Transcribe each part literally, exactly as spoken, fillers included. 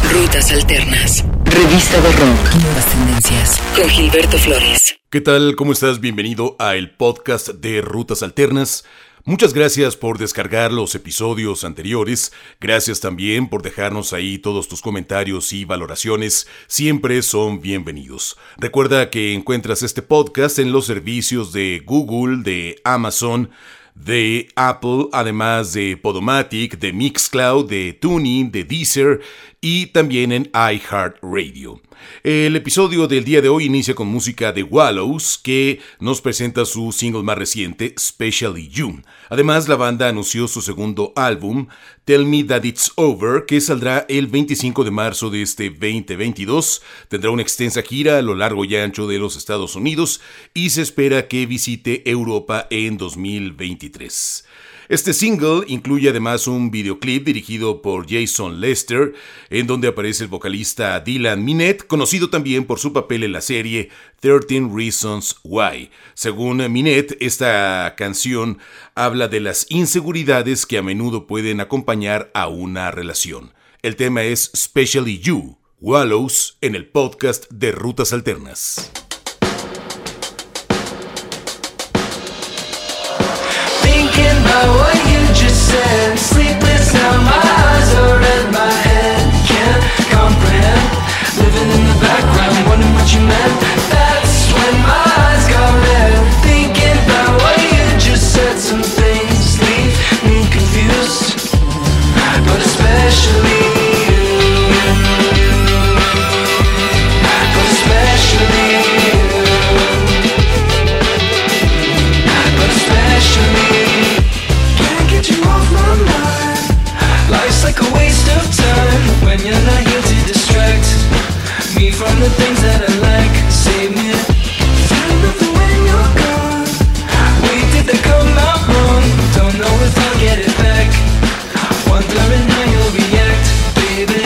Rutas Alternas. Revista de rock. Nuevas tendencias. Con Gilberto Flores. ¿Qué tal? ¿Cómo estás? Bienvenido a el podcast de Rutas Alternas. Muchas gracias por descargar los episodios anteriores. Gracias también por dejarnos ahí todos tus comentarios y valoraciones. Siempre son bienvenidos. Recuerda que encuentras este podcast en los servicios de Google, de Amazon, de Apple, además de Podomatic, de Mixcloud, de TuneIn, de Deezer y también en iHeartRadio. El episodio del día de hoy inicia con música de Wallows, que nos presenta su single más reciente, Especially You. Además, la banda anunció su segundo álbum, Tell Me That It's Over, que saldrá el veinticinco de marzo de este veinte veintidós. Tendrá una extensa gira a lo largo y ancho de los Estados Unidos y se espera que visite Europa en dos mil veintitrés. Este single incluye además un videoclip dirigido por Jason Lester, en donde aparece el vocalista Dylan Minnette, conocido también por su papel en la serie trece Reasons Why. Según Minnette, esta canción habla de las inseguridades que a menudo pueden acompañar a una relación. El tema es Especially You, Wallows, en el podcast de Rutas Alternas. About what you just said, sleepless now, my eyes are red, my head can't comprehend. Living in the background, wondering what you meant. That's when my eyes got red. Thinking about what you just said, some things leave me confused, but especially you, but especially you, but especially you. Life's like a waste of time when you're not here to distract me from the things that I like. Save me. Feel nothing when you're gone. We did that come out wrong. Don't know if I'll get it back. Wondering how you'll react, baby.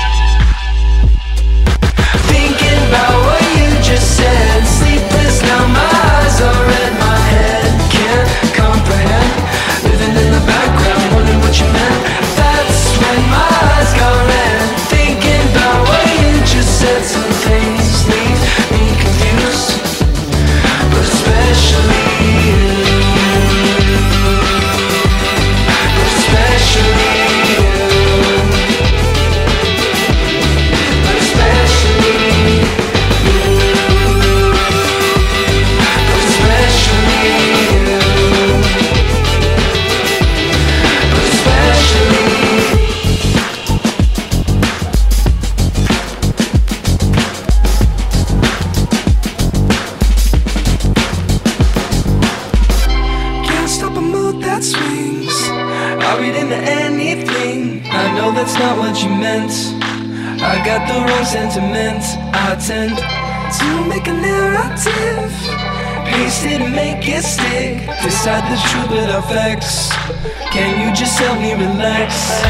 Thinking about what you just said. Sleepless now, my eyes are red, my head can't comprehend. Living in the background, wondering what you meant. When my eyes got red, thinking about what you just said, some things leave me confused, but especially you, but especially you, but especially you, but especially you, but especially you. That's not what you meant. I got the wrong sentiment. I tend to make a narrative, paste it and make it stick. Decide the truth without facts. Can you just help me relax?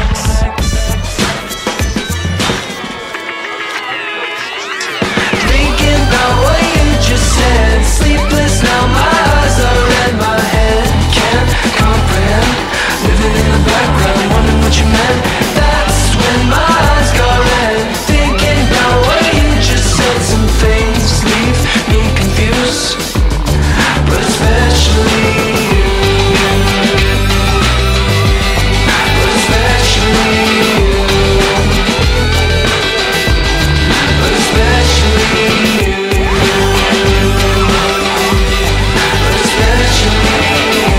Thinking about what you just said. Sleepless now, my eyes are red, my head can't comprehend. Living in the background, wondering what you meant. That's when my eyes got red. Thinking about what you just said. Some things leave me confused, but especially you, but especially you, but especially you, but especially you.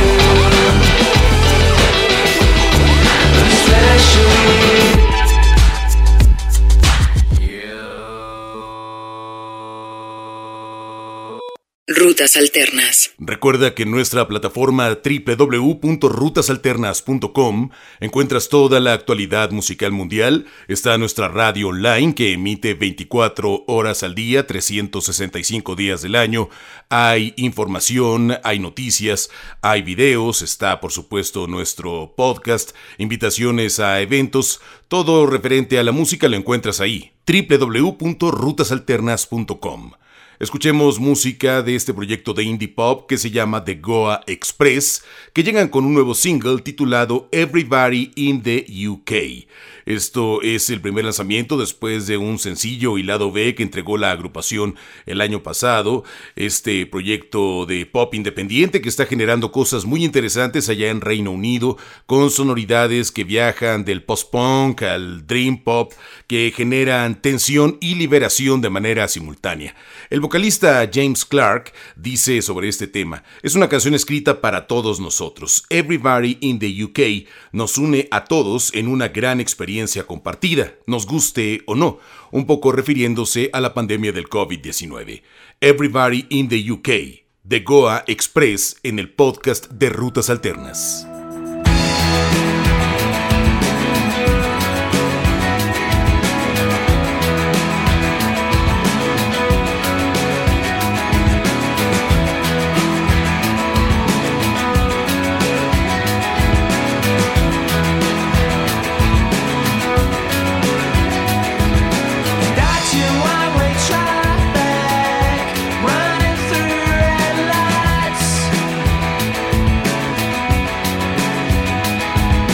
Rutas Alternas. Recuerda que en nuestra plataforma doble u doble u doble u punto rutas alternas punto com encuentras toda la actualidad musical mundial. Está nuestra radio online que emite veinticuatro horas al día, trescientos sesenta y cinco días del año. Hay información, hay noticias, hay videos, está por supuesto nuestro podcast, invitaciones a eventos, todo referente a la música lo encuentras ahí. doble u doble u doble u punto rutas alternas punto com. Escuchemos música de este proyecto de indie pop que se llama The Goa Express, que llegan con un nuevo single titulado Everybody in the U K. Esto es el primer lanzamiento después de un sencillo y lado B que entregó la agrupación el año pasado. Este proyecto de pop independiente que está generando cosas muy interesantes allá en Reino Unido, con sonoridades que viajan del post-punk al dream pop, que generan tensión y liberación de manera simultánea. El vocalista James Clark dice sobre este tema: es una canción escrita para todos nosotros. Everybody in the U K nos une a todos en una gran experiencia compartida, nos guste o no, un poco refiriéndose a la pandemia del covid diecinueve. Everybody in the U K, The Goa Express, en el podcast de Rutas Alternas. Traffic running through red lights.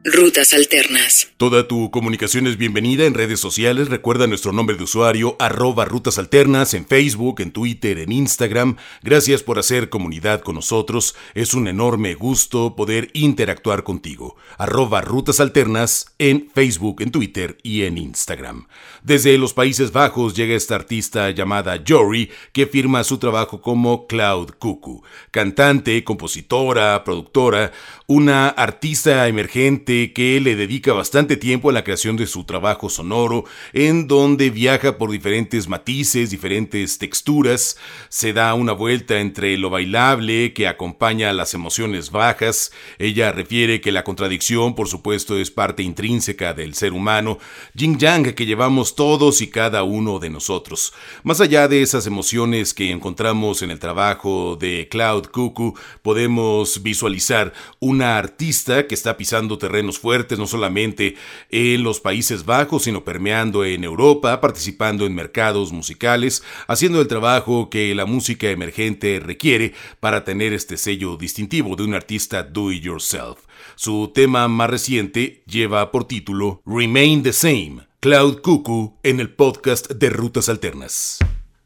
Rutas Alternas. Toda tu comunicación es bienvenida en redes sociales. Recuerda nuestro nombre de usuario, arroba Rutas Alternas, en Facebook, en Twitter, en Instagram. Gracias por hacer comunidad con nosotros. Es un enorme gusto poder interactuar contigo. Arroba Rutas Alternas en Facebook, en Twitter y en Instagram. Desde los Países Bajos llega esta artista llamada Jory, que firma su trabajo como Cloud Cuckoo. Cantante, compositora, productora, una artista emergente que le dedica bastante tiempo a la creación de su trabajo sonoro, en donde viaja por diferentes matices, diferentes texturas, se da una vuelta entre lo bailable que acompaña a las emociones bajas. Ella refiere que la contradicción, por supuesto, es parte intrínseca del ser humano, yin-yang que llevamos todos y cada uno de nosotros. Más allá de esas emociones que encontramos en el trabajo de Cloud Cuckoo, podemos visualizar una artista que está pisando terreno fuertes, no solamente en los Países Bajos, sino permeando en Europa, participando en mercados musicales, haciendo el trabajo que la música emergente requiere para tener este sello distintivo de un artista do it yourself. Su tema más reciente lleva por título Remain the Same. Cloud Cuckoo en el podcast de Rutas Alternas.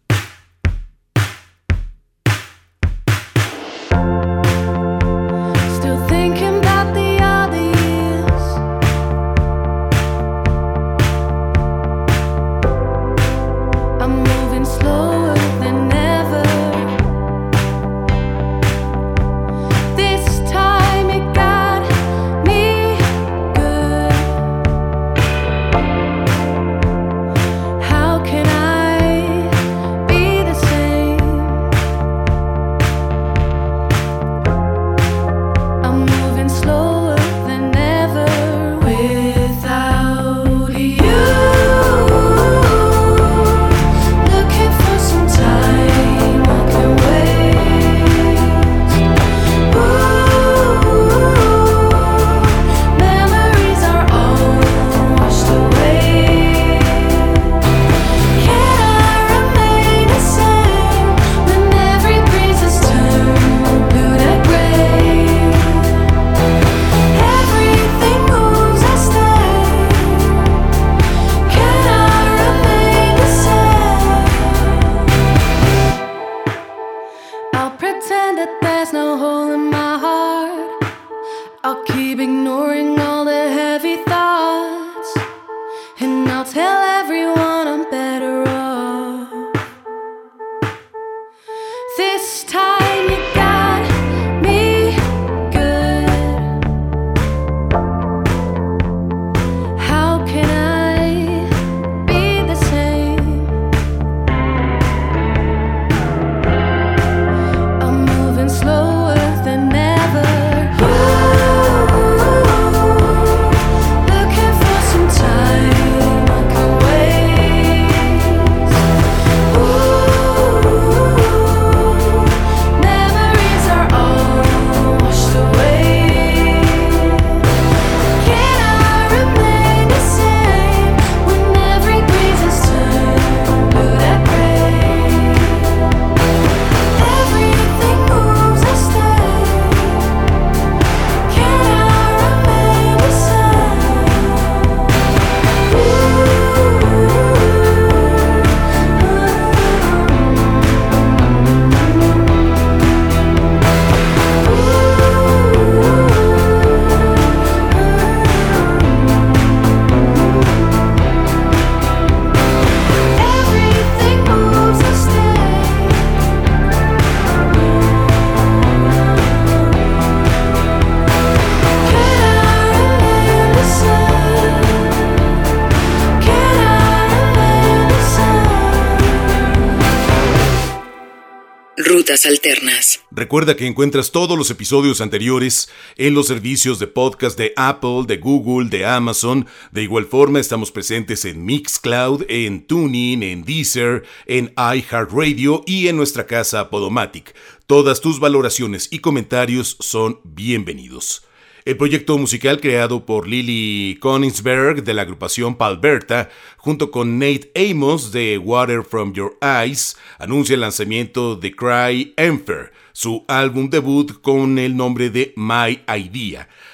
Rutas Alternas. Recuerda que encuentras todos los episodios anteriores en los servicios de podcast de Apple, de Google, de Amazon. De igual forma, estamos presentes en Mixcloud, en TuneIn, en Deezer, en iHeartRadio y en nuestra casa Podomatic. Todas tus valoraciones y comentarios son bienvenidos. El proyecto musical creado por Lily Konigsberg de la agrupación Palberta, junto con Nate Amos de Water From Your Eyes, anuncia el lanzamiento de Cry Enfer, su álbum debut con el nombre de My Idea.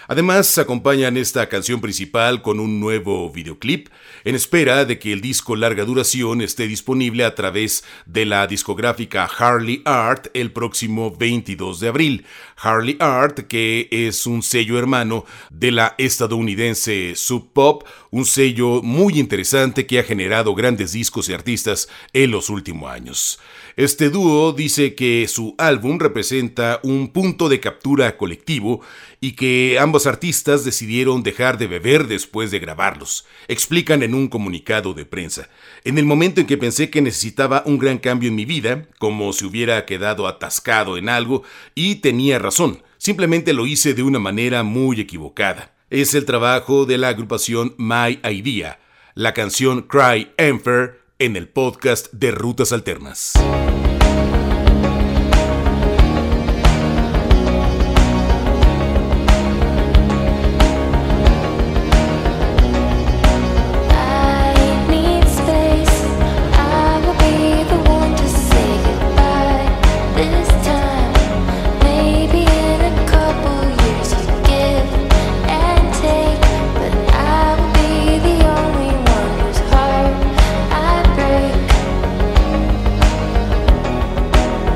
Además, acompañan esta canción principal con un nuevo videoclip, en espera de que el disco larga duración esté disponible a través de la discográfica Harley Art el próximo veintidós de abril. Harley Art, que es un sello hermano de la estadounidense Sub Pop, un sello muy interesante que ha generado grandes discos y artistas en los últimos años. Este dúo dice que su álbum representa un punto de captura colectivo y que ambos artistas decidieron dejar de beber después de grabarlos. Explican en un comunicado de prensa: en el momento en que pensé que necesitaba un gran cambio en mi vida, como si hubiera quedado atascado en algo, y tenía razón, simplemente lo hice de una manera muy equivocada. Es el trabajo de la agrupación My Idea, la canción Cry Enfer, en el podcast de Rutas Alternas. Break.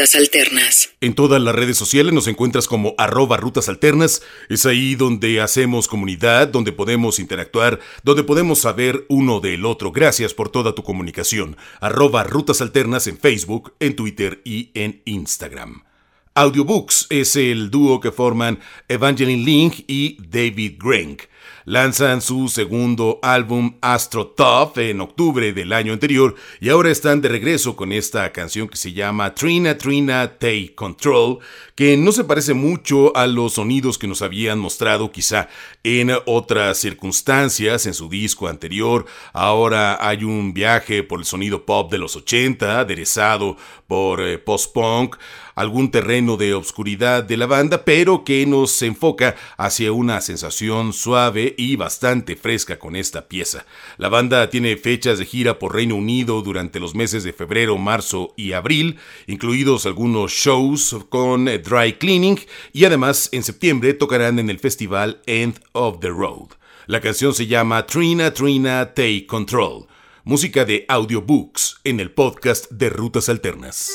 Rutas Alternas. En todas las redes sociales nos encuentras como arroba Rutas Alternas. Es ahí donde hacemos comunidad, donde podemos interactuar, donde podemos saber uno del otro. Gracias por toda tu comunicación. Arroba Rutas Alternas en Facebook, en Twitter y en Instagram. Audiobooks es el dúo que forman Evangeline Link y David Grange. Lanzan su segundo álbum Astro Top en octubre del año anterior y ahora están de regreso con esta canción que se llama Trina Trina Take Control, que no se parece mucho a los sonidos que nos habían mostrado quizá en otras circunstancias en su disco anterior. Ahora hay un viaje por el sonido pop de los ochenta, aderezado por eh, post-punk, algún terreno de obscuridad de la banda, pero que nos enfoca hacia una sensación suave y bastante fresca con esta pieza. La banda tiene fechas de gira por Reino Unido durante los meses de febrero, marzo y abril, incluidos algunos shows con Dry Cleaning, y además en septiembre tocarán en el festival End of the Road. La canción se llama Trina Trina Take Control, música de Audiobooks en el podcast de Rutas Alternas.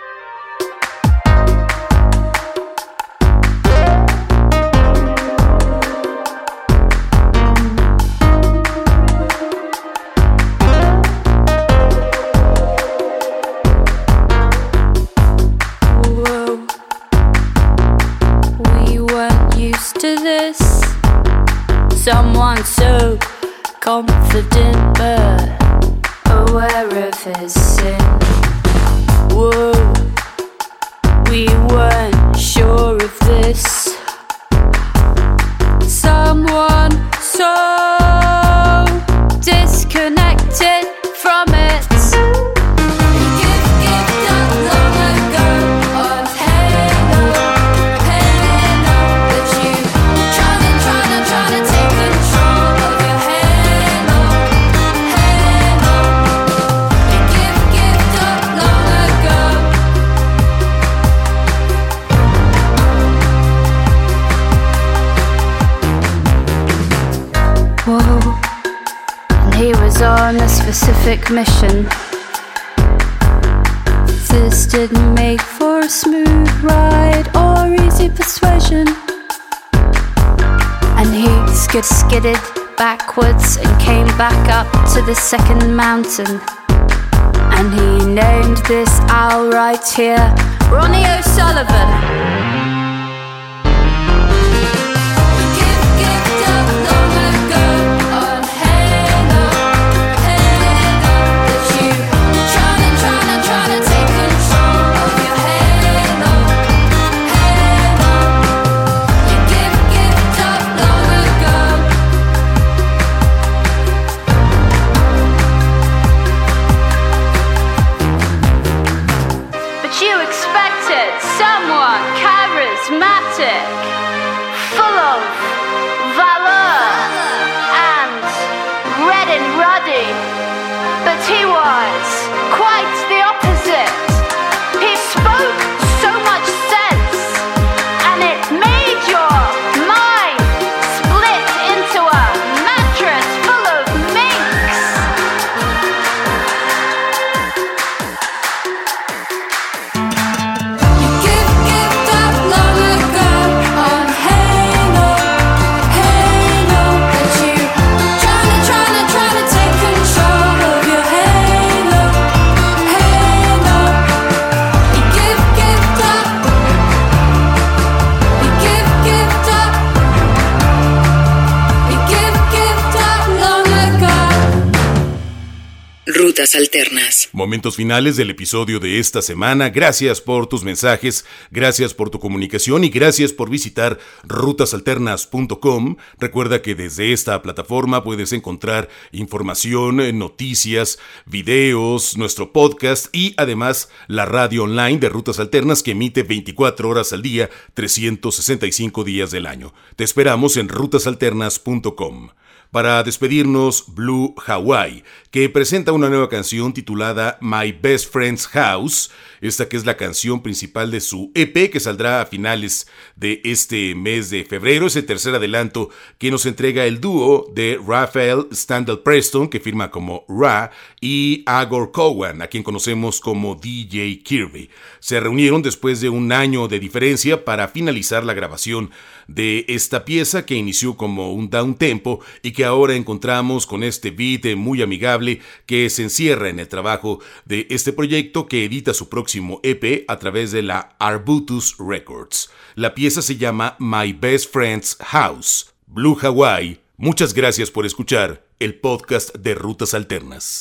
Someone so confident but aware of his sin. Whoa, we weren't sure of this. Someone so disconnected from it. On a specific mission. This didn't make for a smooth ride or easy persuasion. And he skid skidded backwards and came back up to the second mountain. And he named this owl right here Ronnie O'Sullivan. Full of valor and red and ruddy, but he was quite the opposite. He spoke so much sense, and it made your mind split into a mattress full of minks. You give, give up long ago on Halo, Halo, but you tryna, tryna, tryna take control of your Halo, Halo. You give, give up, you give, give up, you give, give up long ago. Rutas Alternas. Momentos finales del episodio de esta semana. Gracias por tus mensajes, gracias por tu comunicación y gracias por visitar rutas alternas punto com. Recuerda que desde esta plataforma puedes encontrar información, noticias, videos, nuestro podcast y además la radio online de Rutas Alternas que emite veinticuatro horas al día, trescientos sesenta y cinco días del año. Te esperamos en rutas alternas punto com. Para despedirnos, Blue Hawaii, que presenta una nueva canción titulada My Best Friend's House, esta que es la canción principal de su E P que saldrá a finales de este mes de febrero. Es el tercer adelanto que nos entrega el dúo de Raphael Standell Preston, que firma como Ra, y Agor Cowan, a quien conocemos como D J Kirby. Se reunieron después de un año de diferencia para finalizar la grabación de esta pieza que inició como un downtempo y que ahora encontramos con este beat muy amigable que se encierra en el trabajo de este proyecto que edita su próximo E P a través de la Arbutus Records. La pieza se llama My Best Friend's House. Blue Hawaii, muchas gracias por escuchar el podcast de Rutas Alternas.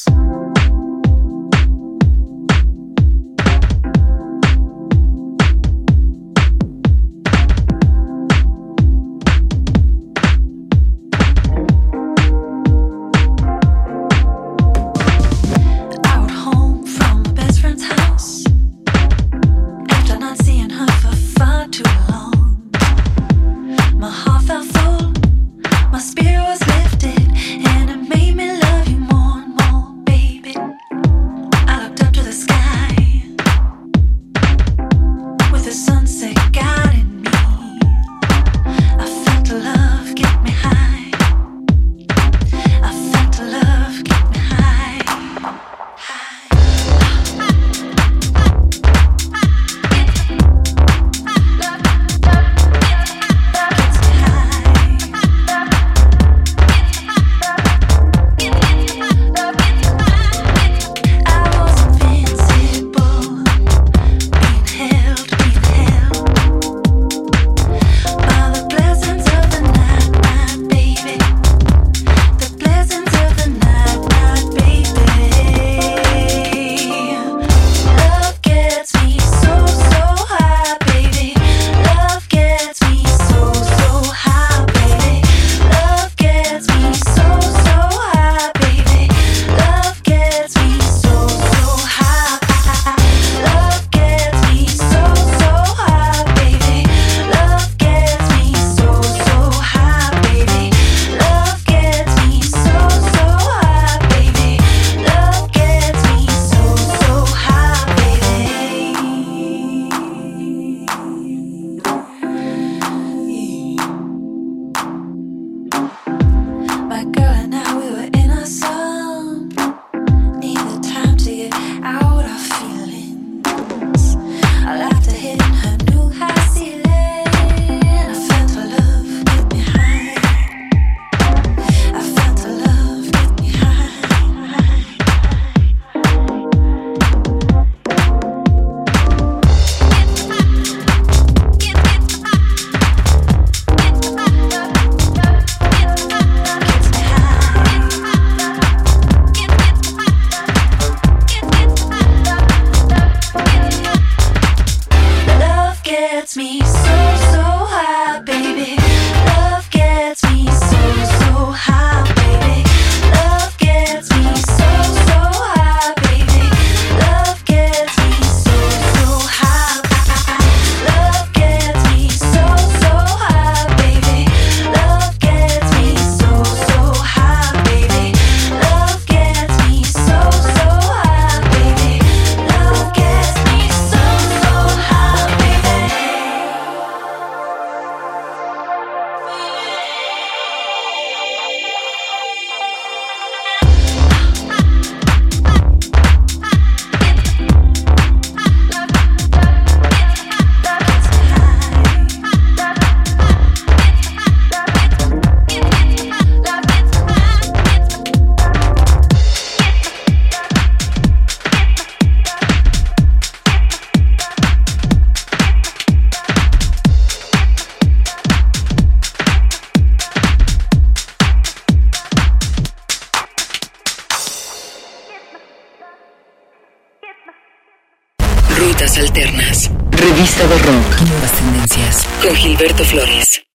Rutas Alternas. Revista de rock. Nuevas tendencias. Con Gilberto Flores.